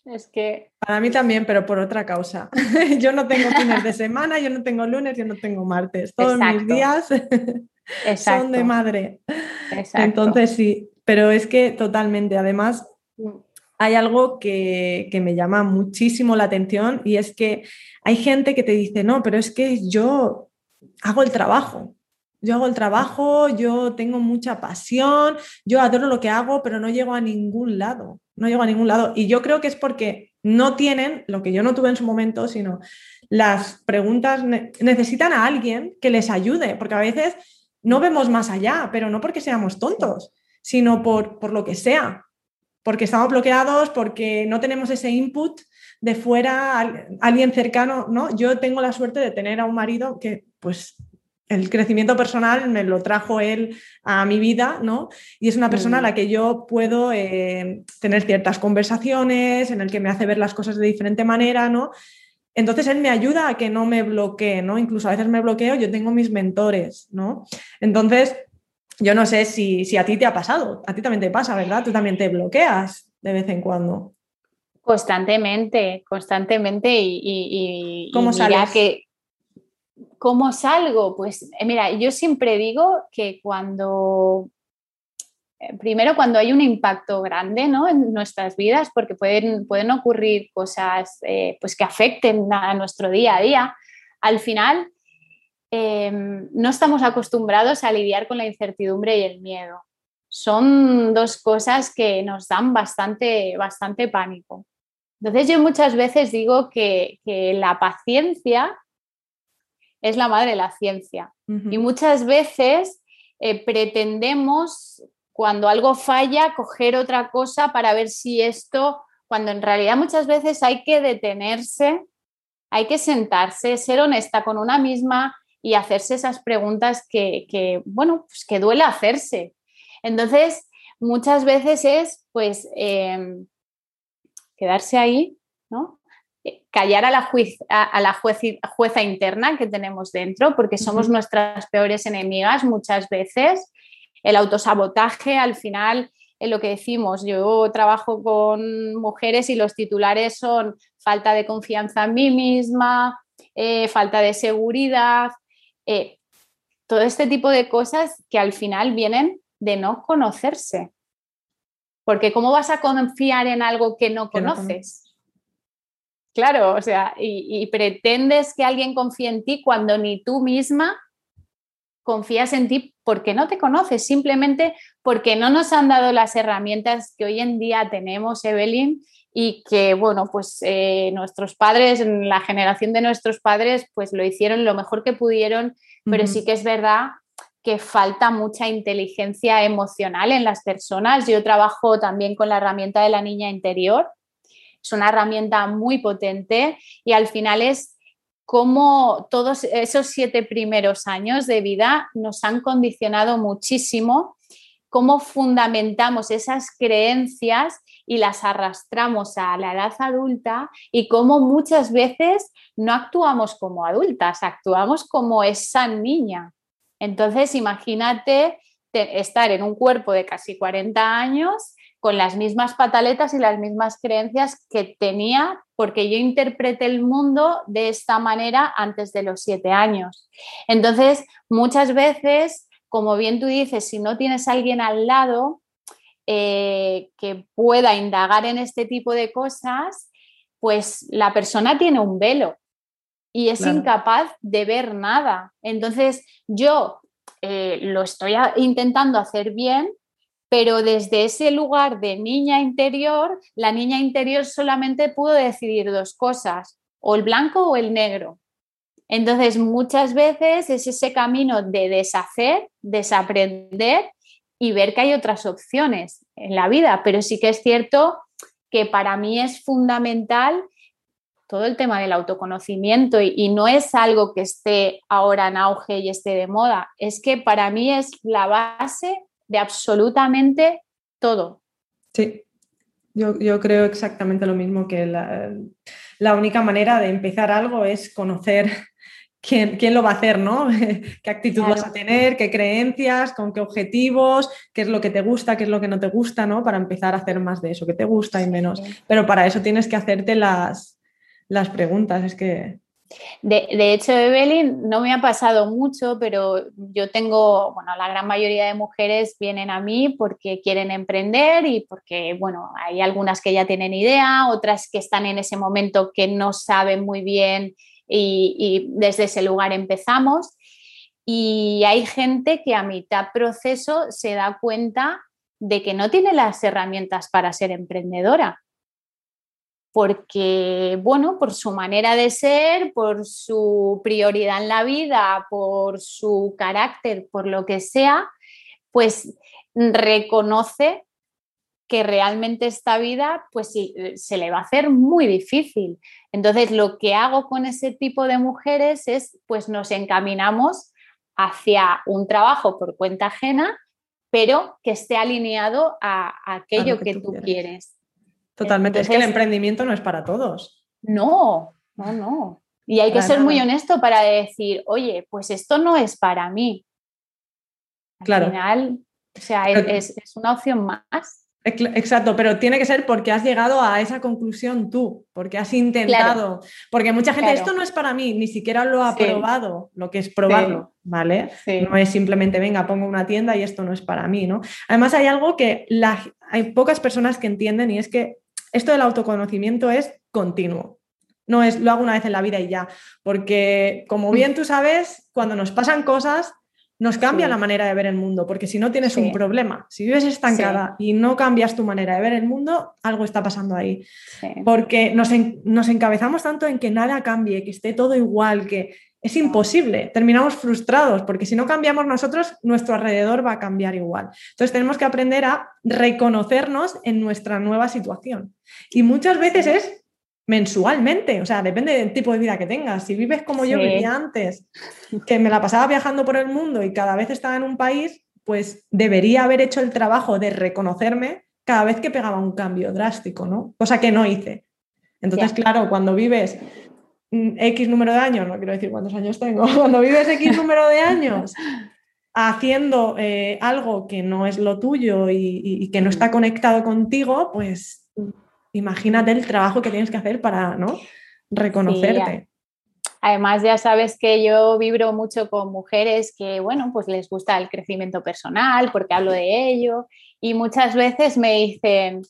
Es que... Para mí también, pero por otra causa. Yo no tengo fines de semana, yo no tengo lunes, yo no tengo martes. Todos mis Exacto, días son de exacto, madre. exacto. Entonces sí, pero es que totalmente. Además, hay algo que me llama muchísimo la atención y es que hay gente que te dice, no, pero es que yo hago el trabajo. Yo hago el trabajo, yo tengo mucha pasión, yo adoro lo que hago, pero no llego a ningún lado, no llego a ningún lado. Y yo creo que es porque no tienen, lo que yo no tuve en su momento, sino las preguntas, necesitan a alguien que les ayude, porque a veces no vemos más allá, pero no porque seamos Sí. tontos, sino por lo que sea, porque estamos bloqueados, porque no tenemos ese input de fuera, alguien cercano, ¿no? Yo tengo la suerte de tener a un marido que, pues, el crecimiento personal me lo trajo él a mi vida, ¿no? Y es una persona a Mm. la que yo puedo tener ciertas conversaciones, en el que me hace ver las cosas de diferente manera, ¿no? Entonces él me ayuda a que no me bloquee, ¿no? Incluso a veces me bloqueo, yo tengo mis mentores, ¿no? Entonces, yo no sé si a ti te ha pasado, a ti también te pasa, ¿verdad? Tú también te bloqueas de vez en cuando. Constantemente, constantemente y ¿Cómo mira sales? que, ¿cómo salgo? Pues mira, yo siempre digo que primero cuando hay un impacto grande, ¿no?, en nuestras vidas, porque pueden ocurrir cosas pues que afecten a nuestro día a día, al final no estamos acostumbrados a lidiar con la incertidumbre y el miedo. Son dos cosas que nos dan bastante, bastante pánico. Entonces yo muchas veces digo que la paciencia es la madre de la ciencia. Y Uh-huh. muchas veces pretendemos, cuando algo falla, coger otra cosa para ver si esto, cuando en realidad muchas veces hay que detenerse, hay que sentarse, ser honesta con una misma y hacerse esas preguntas bueno, pues que duele hacerse. Entonces, muchas veces es, pues, quedarse ahí, ¿no? Callar a la jueza interna que tenemos dentro, porque somos Uh-huh. nuestras peores enemigas muchas veces. El autosabotaje, al final, en lo que decimos, yo trabajo con mujeres y los titulares son falta de confianza en mí misma, falta de seguridad, eh, todo este tipo de cosas que al final vienen de no conocerse. Porque ¿cómo vas a confiar en algo que no Que no conoces. conoces? Claro, o sea, y pretendes que alguien confíe en ti cuando ni tú misma confías en ti porque no te conoces, simplemente porque no nos han dado las herramientas que hoy en día tenemos, Evelyn, y que, bueno, pues nuestros padres, en la generación de nuestros padres, pues lo hicieron lo mejor que pudieron, pero Uh-huh. sí que es verdad que falta mucha inteligencia emocional en las personas. Yo trabajo también con la herramienta de la niña interior. Es una herramienta muy potente y al final es cómo todos esos 7 primeros años de vida nos han condicionado muchísimo, cómo fundamentamos esas creencias y las arrastramos a la edad adulta y cómo muchas veces no actuamos como adultas, actuamos como esa niña. Entonces, imagínate estar en un cuerpo de casi 40 años con las mismas pataletas y las mismas creencias que tenía, porque yo interpreté el mundo de esta manera antes de los 7 años. Entonces, muchas veces, como bien tú dices, si no tienes a alguien al lado que pueda indagar en este tipo de cosas, pues la persona tiene un velo y es Claro. incapaz de ver nada. Entonces, yo lo estoy intentando hacer bien, pero desde ese lugar de niña interior, la niña interior solamente pudo decidir dos cosas, o el blanco o el negro. Entonces, muchas veces es ese camino de deshacer, desaprender y ver que hay otras opciones en la vida, pero sí que es cierto que para mí es fundamental todo el tema del autoconocimiento y no es algo que esté ahora en auge y esté de moda, es que para mí es la base de absolutamente todo. Sí, yo creo exactamente lo mismo que la única manera de empezar algo es conocer quién lo va a hacer, ¿no? ¿Qué actitud Claro. vas a tener? ¿Qué creencias? ¿Con qué objetivos? ¿Qué es lo que te gusta? ¿Qué es lo que no te gusta? ¿No? Para empezar a hacer más de eso que te gusta y menos. Sí. Pero para eso tienes que hacerte las preguntas. Es que... De hecho, Evelyn, no me ha pasado mucho, pero yo tengo, bueno, la gran mayoría de mujeres vienen a mí porque quieren emprender y porque, bueno, hay algunas que ya tienen idea, otras que están en ese momento que no saben muy bien y desde ese lugar empezamos. Y hay gente que a mitad proceso se da cuenta de que no tiene las herramientas para ser emprendedora porque, bueno, por su manera de ser, por su prioridad en la vida, por su carácter, por lo que sea, pues reconoce que realmente esta vida pues sí, se le va a hacer muy difícil. Entonces, lo que hago con ese tipo de mujeres es, pues nos encaminamos hacia un trabajo por cuenta ajena, pero que esté alineado a A lo aquello que que tú tú quieres. quieres. Totalmente. Es que el Entonces, emprendimiento no es para todos. no, no, no. Y hay que Para ser muy nada. honesto para decir, oye, pues esto no es para mí. Al Claro. final, o sea, Pero es una opción más. exacto, pero tiene que ser porque has llegado a esa conclusión tú, porque has Claro, intentado, porque mucha gente, esto claro. no es para mí, ni siquiera lo ha Sí, probado, lo que es sí, probarlo, ¿vale? No sí. es simplemente, venga, pongo una tienda y esto no es para mí, ¿no? Además hay algo que hay pocas personas que entienden y es que esto del autoconocimiento es continuo. No es lo hago una vez en la vida y ya, porque como bien tú sabes, cuando nos pasan cosas nos cambia la Sí, manera de ver el mundo, porque si no tienes un sí, problema, si vives sí, estancada y no cambias tu manera de ver el mundo, algo está pasando ahí. sí. Porque nos encabezamos tanto en que nada cambie, que esté todo igual, que es No, imposible. Terminamos frustrados, porque si no cambiamos nosotros, nuestro alrededor va a cambiar igual. Entonces tenemos que aprender a reconocernos en nuestra nueva situación. Y muchas veces sí, es mensualmente, o sea, depende del tipo de vida que tengas. Si vives como yo vivía sí, antes, que me la pasaba viajando por el mundo y cada vez estaba en un país, pues debería haber hecho el trabajo de reconocerme cada vez que pegaba un cambio drástico, ¿no? Cosa que no hice. Entonces, ya, claro, cuando vives X número de años, no quiero decir cuántos años tengo, cuando vives X número de años haciendo algo que no es lo tuyo y que no está mm, conectado contigo, pues imagínate el trabajo que tienes que hacer para, ¿no? sí. Reconocerte. Además, ya sabes que yo vibro mucho con mujeres que, bueno, pues les gusta el crecimiento personal porque hablo de ello y muchas veces me dicen,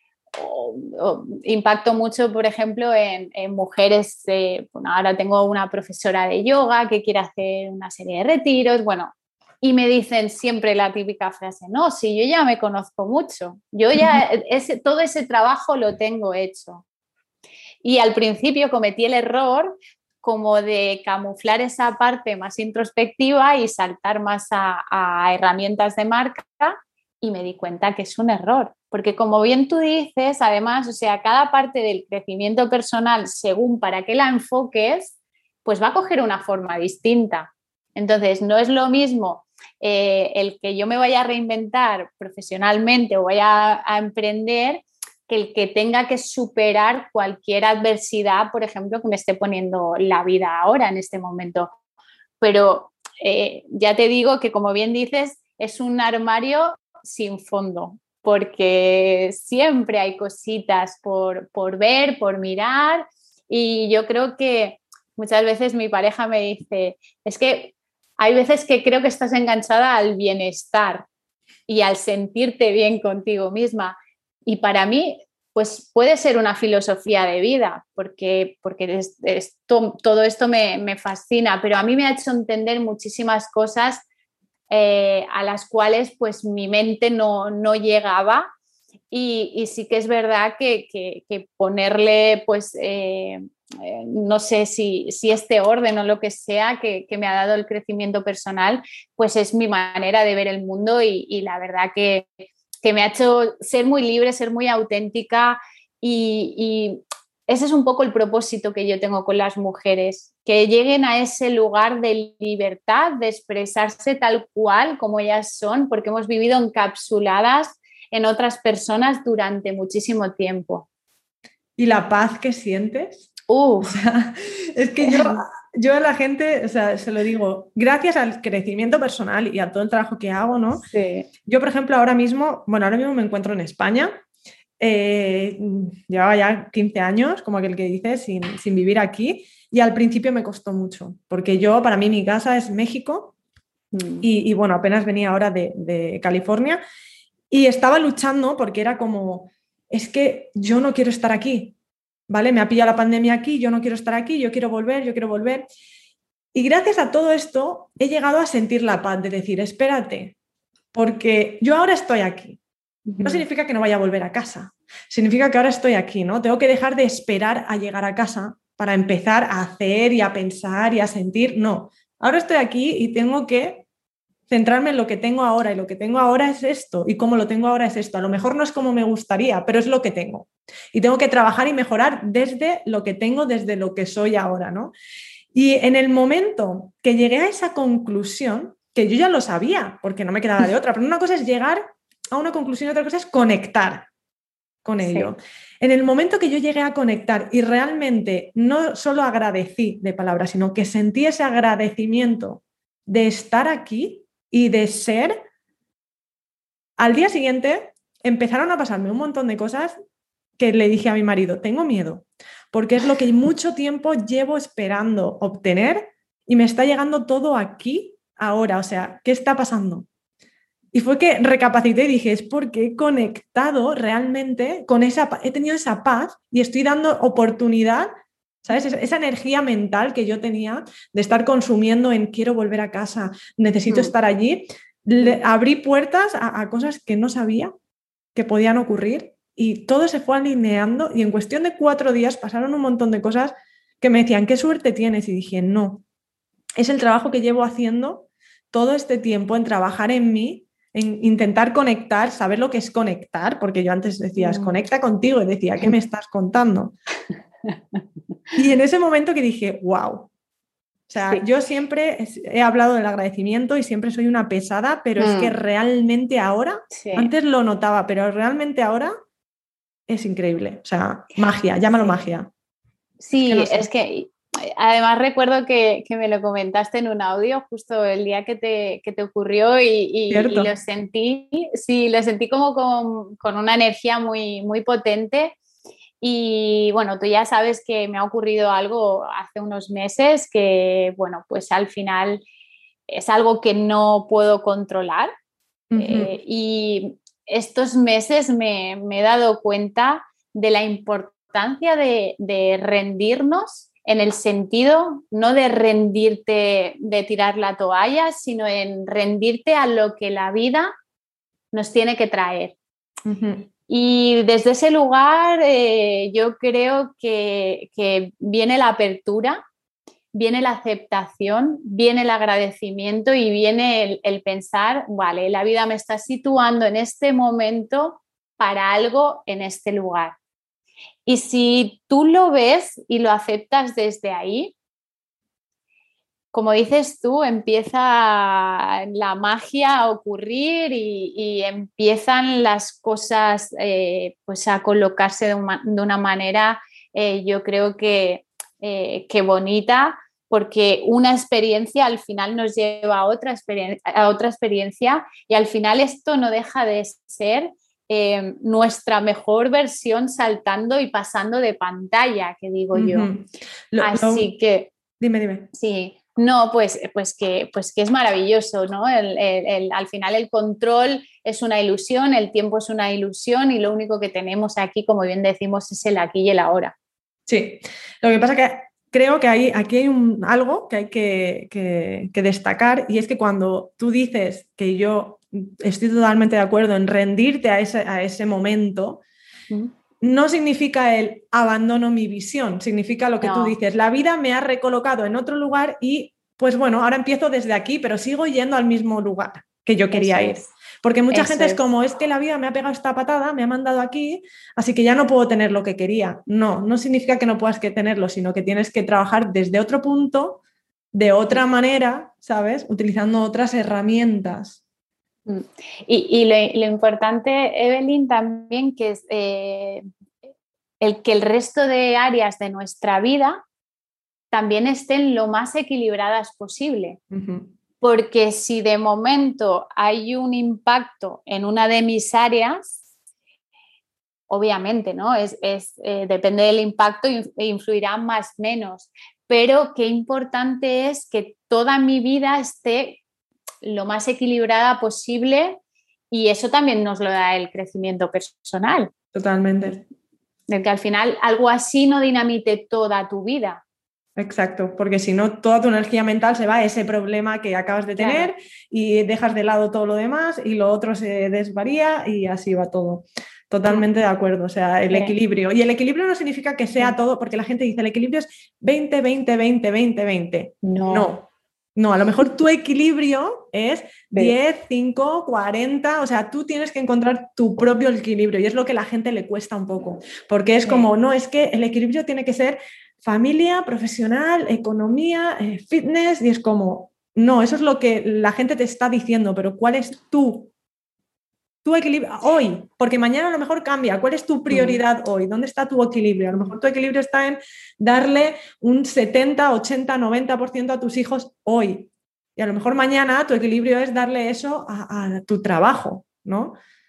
impacto mucho, por ejemplo, en mujeres, bueno, ahora tengo una profesora de yoga que quiere hacer una serie de retiros, bueno, y me dicen siempre la típica frase, no, si yo ya me conozco mucho, yo ya todo ese trabajo lo tengo hecho. Y al principio cometí el error como de camuflar esa parte más introspectiva y saltar más a herramientas de marca y me di cuenta que es un error, porque como bien tú dices, además, o sea, cada parte del crecimiento personal, según para qué la enfoques, pues va a coger una forma distinta. Entonces, no es lo mismo el que yo me vaya a reinventar profesionalmente o vaya a emprender que el que tenga que superar cualquier adversidad, por ejemplo, que me esté poniendo la vida ahora en este momento. Pero ya te digo que, como bien dices, es un armario sin fondo, porque siempre hay cositas por ver, por mirar, y yo creo que muchas veces mi pareja me dice, es que hay veces que creo que estás enganchada al bienestar y al sentirte bien contigo misma. Y para mí, pues puede ser una filosofía de vida, porque todo esto me fascina, pero a mí me ha hecho entender muchísimas cosas a las cuales pues mi mente no llegaba y sí que es verdad que ponerle pues no sé si este orden o lo que sea que me ha dado el crecimiento personal, pues es mi manera de ver el mundo y la verdad que me ha hecho ser muy libre, ser muy auténtica y ese es un poco el propósito que yo tengo con las mujeres, que lleguen a ese lugar de libertad, de expresarse tal cual como ellas son, porque hemos vivido encapsuladas en otras personas durante muchísimo tiempo. ¿Y la paz que sientes? O Uf, sea, es que yo yo a la gente, o sea, se lo digo, gracias al crecimiento personal y a todo el trabajo que hago, ¿no? Sí. Yo, por ejemplo, ahora mismo me encuentro en España. Eh, Llevaba ya 15 años, como aquel que dice, sin vivir aquí. Y al principio me costó mucho, porque para mí, mi casa es México y bueno, apenas venía ahora de California y estaba luchando porque era como, es que yo no quiero estar aquí, ¿vale? Me ha pillado la pandemia aquí, yo no quiero estar aquí, yo quiero volver, yo quiero volver. Y gracias a todo esto he llegado a sentir la paz de decir, espérate, porque yo ahora estoy aquí. No significa que no vaya a volver a casa, significa que ahora estoy aquí, ¿no? Tengo que dejar de esperar a llegar a casa para empezar a hacer y a pensar y a sentir. No, ahora estoy aquí y tengo que centrarme en lo que tengo ahora y lo que tengo ahora es esto y cómo lo tengo ahora es esto. A lo mejor no es como me gustaría, pero es lo que tengo. Y tengo que trabajar y mejorar desde lo que tengo, desde lo que soy ahora, ¿no? Y en el momento que llegué a esa conclusión, que yo ya lo sabía, porque no me quedaba de otra, pero una cosa es llegar a una conclusión y otra cosa es conectar con ello. Sí. En el momento que yo llegué a conectar y realmente no solo agradecí de palabras, sino que sentí ese agradecimiento de estar aquí y de ser, al día siguiente empezaron a pasarme un montón de cosas que le dije a mi marido, tengo miedo, porque es lo que mucho tiempo llevo esperando obtener y me está llegando todo aquí ahora. O sea, ¿qué está pasando? Y fue que recapacité y dije, es porque he conectado realmente con he tenido esa paz y estoy dando oportunidad, ¿sabes? Esa energía mental que yo tenía de estar consumiendo en quiero volver a casa, necesito estar allí. Abrí puertas a cosas que no sabía que podían ocurrir y todo se fue alineando y en cuestión de 4 días pasaron un montón de cosas que me decían, qué suerte tienes. Y dije, no, es el trabajo que llevo haciendo todo este tiempo en trabajar en mí, en intentar conectar, saber lo que es conectar, porque yo antes decías, conecta contigo, y decía, ¿qué me estás contando? Y en ese momento que dije, wow. O sea, Sí. yo siempre he hablado del agradecimiento y siempre soy una pesada, pero es que realmente ahora, Sí. antes lo notaba, pero realmente ahora es increíble. O sea, magia, llámalo magia. Sí, No sé. es que además recuerdo que me lo comentaste en un audio justo el día que te ocurrió y lo Cierto. sentí, sí, lo sentí como con una energía muy, muy potente. Y bueno, tú ya sabes que me ha ocurrido algo hace unos meses que, bueno, pues al final es algo que no puedo controlar. Y estos meses me he dado cuenta de la importancia de rendirnos en el sentido no de rendirte, de tirar la toalla, sino en rendirte a lo que la vida nos tiene que traer. Y desde ese lugar yo creo que viene la apertura, viene la aceptación, viene el agradecimiento y viene el pensar, vale, la vida me está situando en este momento para algo en este lugar. Y si tú lo ves y lo aceptas desde ahí, como dices tú, empieza la magia a ocurrir y empiezan las cosas pues a colocarse de una manera, yo creo que bonita, porque una experiencia al final nos lleva a otra experiencia y al final esto no deja de ser nuestra mejor versión saltando y pasando de pantalla, que digo yo. Así que Dime. sí, no, pues que es maravilloso, ¿no? Al final el control es una ilusión, el tiempo es una ilusión y lo único que tenemos aquí, como bien decimos, es el aquí y el ahora. Sí, lo que pasa es que creo que aquí hay algo que hay que destacar y es que cuando tú dices que yo estoy totalmente de acuerdo en rendirte a ese momento, no significa el abandono mi visión, significa lo que tú No, dices, la vida me ha recolocado en otro lugar y pues bueno, ahora empiezo desde aquí, pero sigo yendo al mismo lugar que yo quería eso ir. es, Porque mucha eso gente es es. como, es que la vida me ha pegado esta patada, me ha mandado aquí, así que ya no puedo tener lo que quería. No, no significa que no puedas tenerlo, sino que tienes que trabajar desde otro punto, de otra manera, ¿sabes? Utilizando otras herramientas. Y lo importante, Evelyn, también que es el que el resto de áreas de nuestra vida también estén lo más equilibradas posible. Uh-huh. Porque si de momento hay un impacto en una de mis áreas, obviamente, ¿no? Depende del impacto, influirá más o menos, pero qué importante es que toda mi vida esté lo más equilibrada posible y eso también nos lo da el crecimiento personal. Totalmente. De que al final algo así no dinamite toda tu vida. Exacto, porque si no, toda tu energía mental se va a ese problema que acabas de tener, claro, y dejas de lado todo lo demás y lo otro se desvaría y así va todo. Totalmente de acuerdo, o sea, el equilibrio. Y el equilibrio no significa que sea todo, porque la gente dice el equilibrio es 20, 20, 20, 20, 20. No, a lo mejor tu equilibrio es 10, 5, 40, o sea, tú tienes que encontrar tu propio equilibrio y es lo que a la gente le cuesta un poco, porque es como, no, es que el equilibrio tiene que ser familia, profesional, economía, fitness, y es como, no, eso es lo que la gente te está diciendo, pero ¿cuál es tu equilibrio hoy? Porque mañana a lo mejor cambia. ¿Cuál es tu prioridad hoy? ¿Dónde está tu equilibrio? A lo mejor tu equilibrio está en darle un 70, 80, 90% a tus hijos hoy. Y a lo mejor mañana tu equilibrio es darle eso a tu trabajo, ¿no?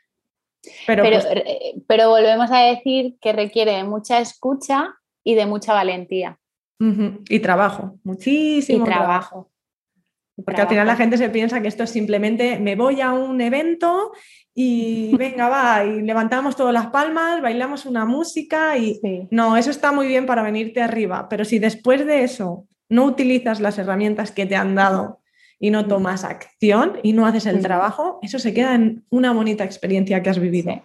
Pero volvemos a decir que requiere de mucha escucha y de mucha valentía. Y trabajo, muchísimo trabajo. Porque al final la gente se piensa que esto es simplemente me voy a un evento y venga, va, y levantamos todas las palmas, bailamos una música y no, eso está muy bien para venirte arriba, pero si después de eso no utilizas las herramientas que te han dado y no tomas acción y no haces el trabajo, eso se queda en una bonita experiencia que has vivido.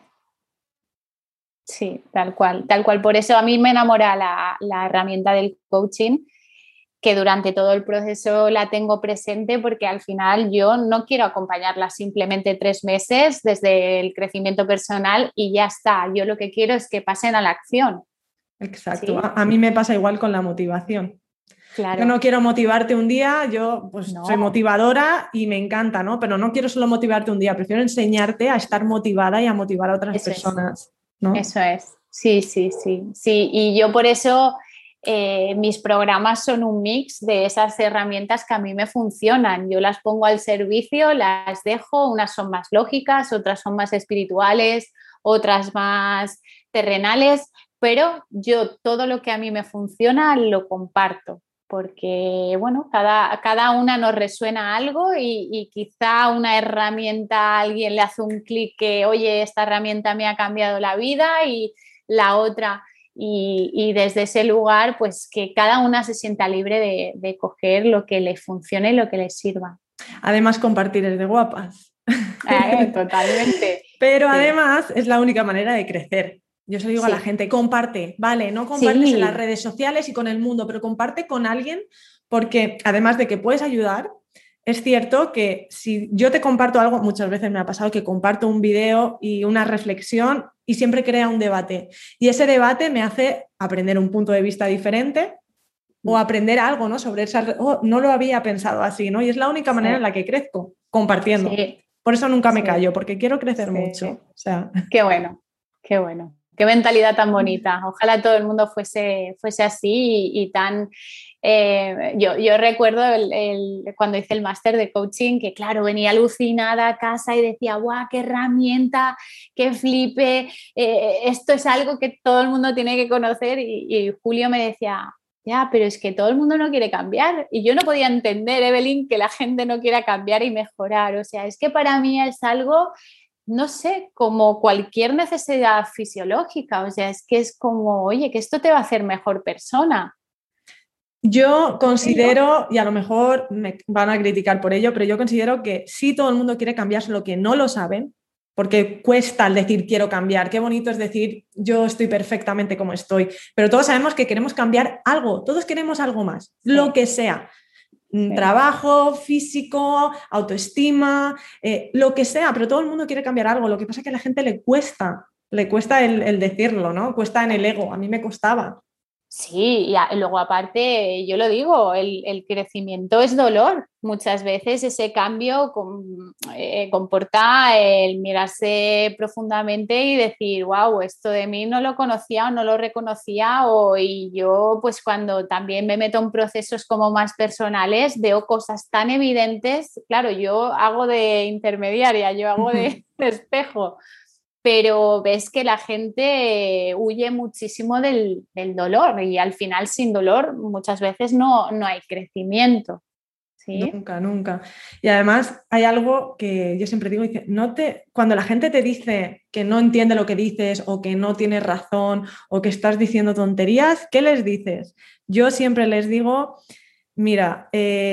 Sí, tal cual, tal cual. Por eso a mí me enamora la herramienta del coaching, que durante todo el proceso la tengo presente porque al final yo no quiero acompañarla simplemente 3 meses desde el crecimiento personal y ya está. Yo lo que quiero es que pasen a la acción. Exacto. ¿Sí? A mí me pasa igual con la motivación. Claro. Yo no quiero motivarte un día, yo pues soy motivadora y me encanta, ¿no? Pero no quiero solo motivarte un día, prefiero enseñarte a estar motivada y a motivar a otras personas, ¿no? Eso es, sí. Y yo por eso mis programas son un mix de esas herramientas que a mí me funcionan. Yo las pongo al servicio, las dejo, unas son más lógicas, otras son más espirituales, otras más terrenales, pero yo todo lo que a mí me funciona lo comparto. Porque, bueno, cada una nos resuena algo y quizá una herramienta a alguien le hace un clic que, oye, esta herramienta me ha cambiado la vida y la otra. Y desde ese lugar, pues que cada una se sienta libre de coger lo que le funcione y lo que le sirva. Además, compartir es de guapas. Totalmente. Pero además es la única manera de crecer. Yo se lo digo a la gente, comparte, vale, no compartes en las redes sociales y con el mundo, pero comparte con alguien porque además de que puedes ayudar, es cierto que si yo te comparto algo, muchas veces me ha pasado que comparto un video y una reflexión y siempre crea un debate. Y ese debate me hace aprender un punto de vista diferente o aprender algo, ¿no? Sobre esa... no lo había pensado así, ¿no? Y es la única manera en la que crezco, compartiendo. Por eso nunca me callo, porque quiero crecer mucho. O sea... Qué bueno, qué bueno. Qué mentalidad tan bonita. Ojalá todo el mundo fuese así y tan... yo recuerdo cuando hice el máster de coaching que, claro, venía alucinada a casa y decía, ¡guau, qué herramienta, qué flipe! Esto es algo que todo el mundo tiene que conocer. Y Julio me decía, ya, pero es que todo el mundo no quiere cambiar. Y yo no podía entender, Evelyn, que la gente no quiera cambiar y mejorar. O sea, es que para mí es algo... no sé, como cualquier necesidad fisiológica, o sea, es que es como, oye, que esto te va a hacer mejor persona. Yo considero, y a lo mejor me van a criticar por ello, pero yo considero que sí todo el mundo quiere cambiar, solo que no lo saben, porque cuesta el decir quiero cambiar. Qué bonito es decir yo estoy perfectamente como estoy, pero todos sabemos que queremos cambiar algo, todos queremos algo más, lo que sea. Trabajo, físico, autoestima, lo que sea, pero todo el mundo quiere cambiar algo. Lo que pasa es que a la gente le cuesta el decirlo, ¿no? Cuesta en el ego. A mí me costaba. Sí, y luego aparte, yo lo digo, el crecimiento es dolor. Muchas veces ese cambio comporta el mirarse profundamente y decir, wow, esto de mí no lo conocía o no lo reconocía, y yo pues cuando también me meto en procesos como más personales veo cosas tan evidentes. Claro, yo hago de intermediaria, yo hago de espejo, pero ves que la gente huye muchísimo del dolor, y al final sin dolor muchas veces no hay crecimiento. ¿Sí? Nunca, nunca. Y además hay algo que yo siempre digo, dice, cuando la gente te dice que no entiende lo que dices o que no tienes razón o que estás diciendo tonterías, ¿qué les dices? Yo siempre les digo, mira,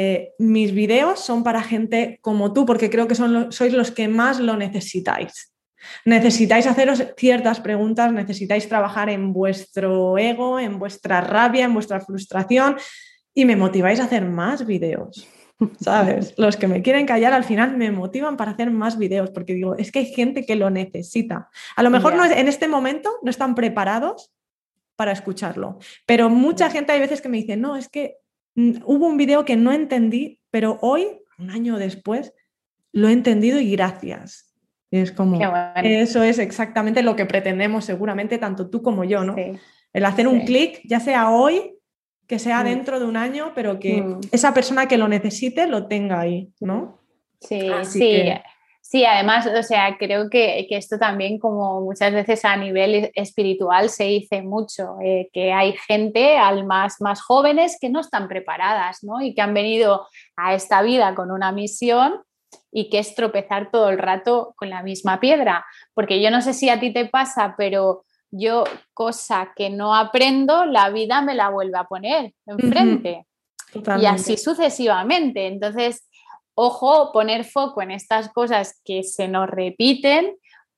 mis videos son para gente como tú porque creo que sois los que más lo necesitáis. Necesitáis haceros ciertas preguntas, necesitáis trabajar en vuestro ego, en vuestra rabia, en vuestra frustración y me motiváis a hacer más videos. ¿Sabes? Los que me quieren callar al final me motivan para hacer más videos porque digo, es que hay gente que lo necesita. A lo mejor en este momento no están preparados para escucharlo, pero mucha gente hay veces que me dice, no, es que hubo un video que no entendí, pero hoy, un año después, lo he entendido y gracias. Y es como, bueno. eso es exactamente lo que pretendemos seguramente tanto tú como yo, ¿no? Sí, El hacer un clic, ya sea hoy, que sea dentro de un año, pero que esa persona que lo necesite lo tenga ahí, ¿no? Sí, Así sí. que... Sí, además, o sea, creo que esto también, como muchas veces a nivel espiritual se dice mucho, que hay gente más jóvenes que no están preparadas, ¿no? Y que han venido a esta vida con una misión y que es tropezar todo el rato con la misma piedra. Porque yo no sé si a ti te pasa, pero yo, cosa que no aprendo, la vida me la vuelve a poner enfrente. Y así Totalmente. sucesivamente. Entonces, ojo, poner foco en estas cosas que se nos repiten,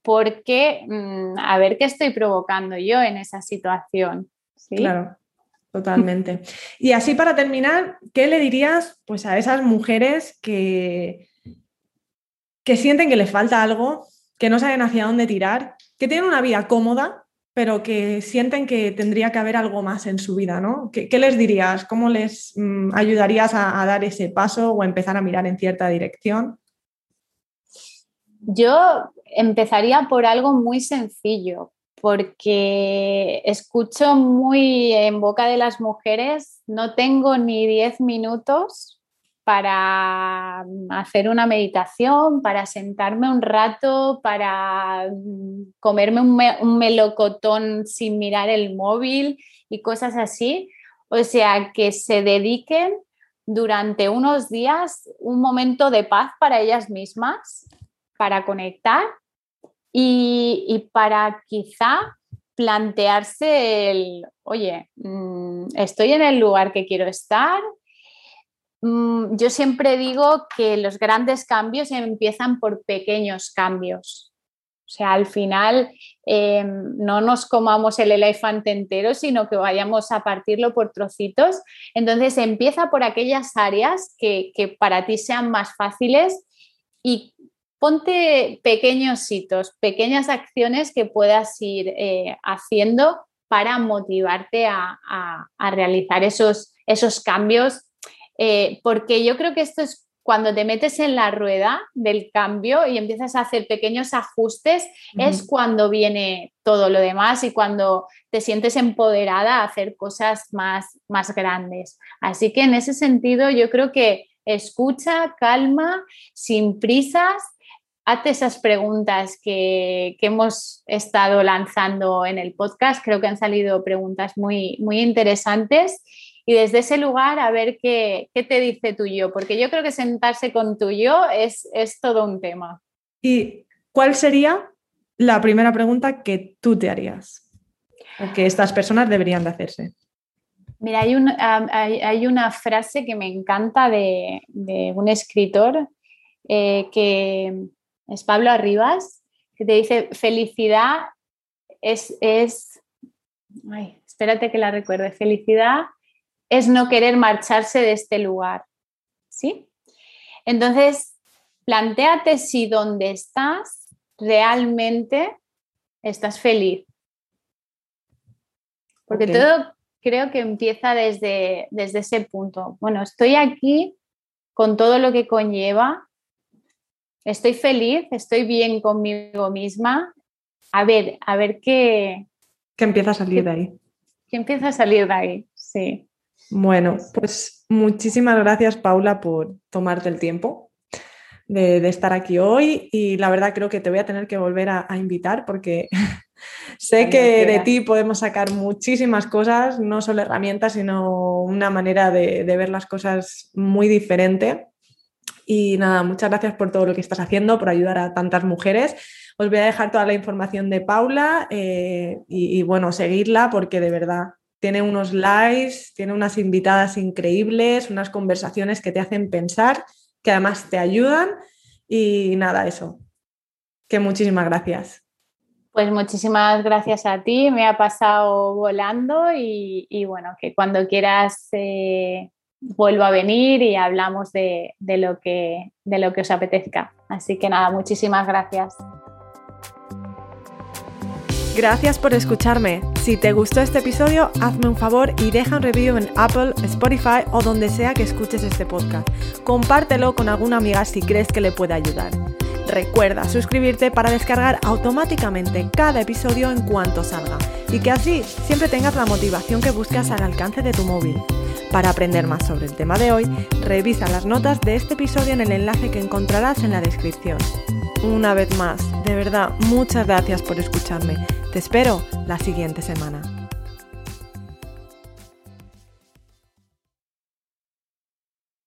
porque a ver qué estoy provocando yo en esa situación. ¿Sí? Claro, totalmente. Y así para terminar, ¿qué le dirías pues, a esas mujeres que sienten que les falta algo, que no saben hacia dónde tirar, que tienen una vida cómoda, pero que sienten que tendría que haber algo más en su vida, ¿no? ¿Qué les dirías? ¿Cómo les ayudarías a dar ese paso o a empezar a mirar en cierta dirección? Yo empezaría por algo muy sencillo, porque escucho muy en boca de las mujeres, no tengo ni 10 minutos para hacer una meditación, para sentarme un rato, para comerme un melocotón sin mirar el móvil y cosas así. O sea, que se dediquen durante unos días un momento de paz para ellas mismas, para conectar y para quizá plantearse oye, estoy en el lugar que quiero estar. Yo siempre digo que los grandes cambios empiezan por pequeños cambios. O sea, al final no nos comamos el elefante entero, sino que vayamos a partirlo por trocitos. Entonces empieza por aquellas áreas que para ti sean más fáciles y ponte pequeños hitos, pequeñas acciones que puedas ir haciendo para motivarte a realizar esos cambios, porque yo creo que esto es cuando te metes en la rueda del cambio y empiezas a hacer pequeños ajustes, es cuando viene todo lo demás y cuando te sientes empoderada a hacer cosas más grandes. Así que en ese sentido yo creo que escucha, calma, sin prisas, hazte esas preguntas que hemos estado lanzando en el podcast. Creo que han salido preguntas muy interesantes. Y desde ese lugar a ver qué te dice tu yo, porque yo creo que sentarse con tu yo es todo un tema. ¿Y cuál sería la primera pregunta que tú te harías o que estas personas deberían de hacerse? Mira, hay una frase que me encanta de un escritor que es Pablo Arribas, que te dice, felicidad es ay, espérate que la recuerde, felicidad es no querer marcharse de este lugar, ¿sí? Entonces, plantéate si donde estás realmente estás feliz. Porque Okay. creo que empieza desde ese punto. Bueno, estoy aquí con todo lo que conlleva, estoy feliz, estoy bien conmigo misma. A ver qué... Que empieza a salir de ahí. Que empieza a salir de ahí, sí. Bueno, pues muchísimas gracias, Paula, por tomarte el tiempo de estar aquí hoy, y la verdad creo que te voy a tener que volver a invitar porque sé que de ti podemos sacar muchísimas cosas, no solo herramientas, sino una manera de ver las cosas muy diferente. Y nada, muchas gracias por todo lo que estás haciendo, por ayudar a tantas mujeres. Os voy a dejar toda la información de Paula y bueno, seguirla porque de verdad tiene unos lives, tiene unas invitadas increíbles, unas conversaciones que te hacen pensar, que además te ayudan, y nada, eso, que muchísimas gracias. Pues muchísimas gracias a ti, me ha pasado volando y bueno, que cuando quieras vuelvo a venir y hablamos de lo que os apetezca. Así que nada, muchísimas gracias. Gracias por escucharme. Si te gustó este episodio, hazme un favor y deja un review en Apple, Spotify o donde sea que escuches este podcast. Compártelo con alguna amiga si crees que le puede ayudar. Recuerda suscribirte para descargar automáticamente cada episodio en cuanto salga y que así siempre tengas la motivación que buscas al alcance de tu móvil. Para aprender más sobre el tema de hoy, revisa las notas de este episodio en el enlace que encontrarás en la descripción. Una vez más, de verdad, muchas gracias por escucharme. Te espero la siguiente semana.